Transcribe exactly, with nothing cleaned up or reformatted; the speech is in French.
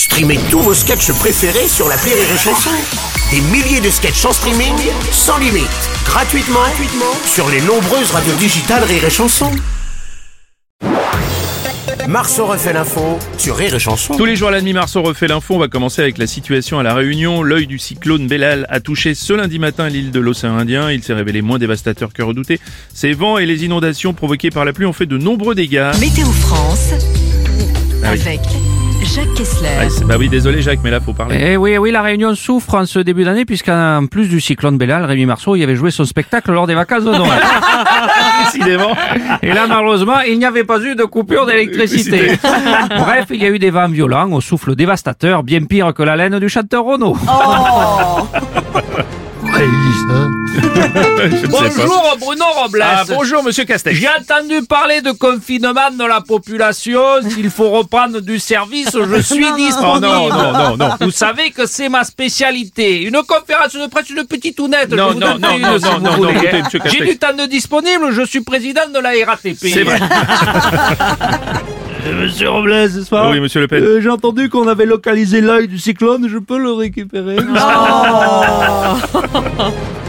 Streamez tous vos sketchs préférés sur l'appli Rire et Chanson. Des milliers de sketchs en streaming, sans limite, gratuitement, gratuitement sur les nombreuses radios digitales Rire et Chanson. Marceau refait l'info sur Rire et Chanson. Tous les jours à la demi, Marceau refait l'info. On va commencer avec la situation à La Réunion. L'œil du cyclone Bellal a touché ce lundi matin l'île de l'océan Indien. Il s'est révélé moins dévastateur que redouté. Ces vents et les inondations provoquées par la pluie ont fait de nombreux dégâts. Météo France, Ah oui. avec Jacques Kessler. Ah, c'est- bah oui, désolé Jacques, mais là faut parler. Eh oui, oui, la Réunion souffre en ce début d'année puisqu'en plus du cyclone Bellal, Rémi Marceau y avait joué son spectacle lors des vacances de Noël. Décidément. Et là, malheureusement, il n'y avait pas eu de coupure d'électricité. Bref, il y a eu des vents violents au souffle dévastateur, bien pire que la laine du chanteur Renaud. Je ne sais pas. Bonjour Bruno Robles. Ah, bonjour Monsieur Castex. J'ai entendu parler de confinement de la population. S'il faut reprendre du service, je suis Oh disponible. non, non, non, non. Vous savez que c'est ma spécialité. Une conférence de presse, une petite tounette. Non, je vous non, donne non, une, non, si non, vous non, voulez. non, écoutez, monsieur J'ai Castex. du temps de disponible, je suis président de la R A T P. C'est vrai. Monsieur Robles, n'est-ce pas? Oui, Monsieur Le Pen. Euh, J'ai entendu qu'on avait localisé l'œil du cyclone, je peux le récupérer? Oh.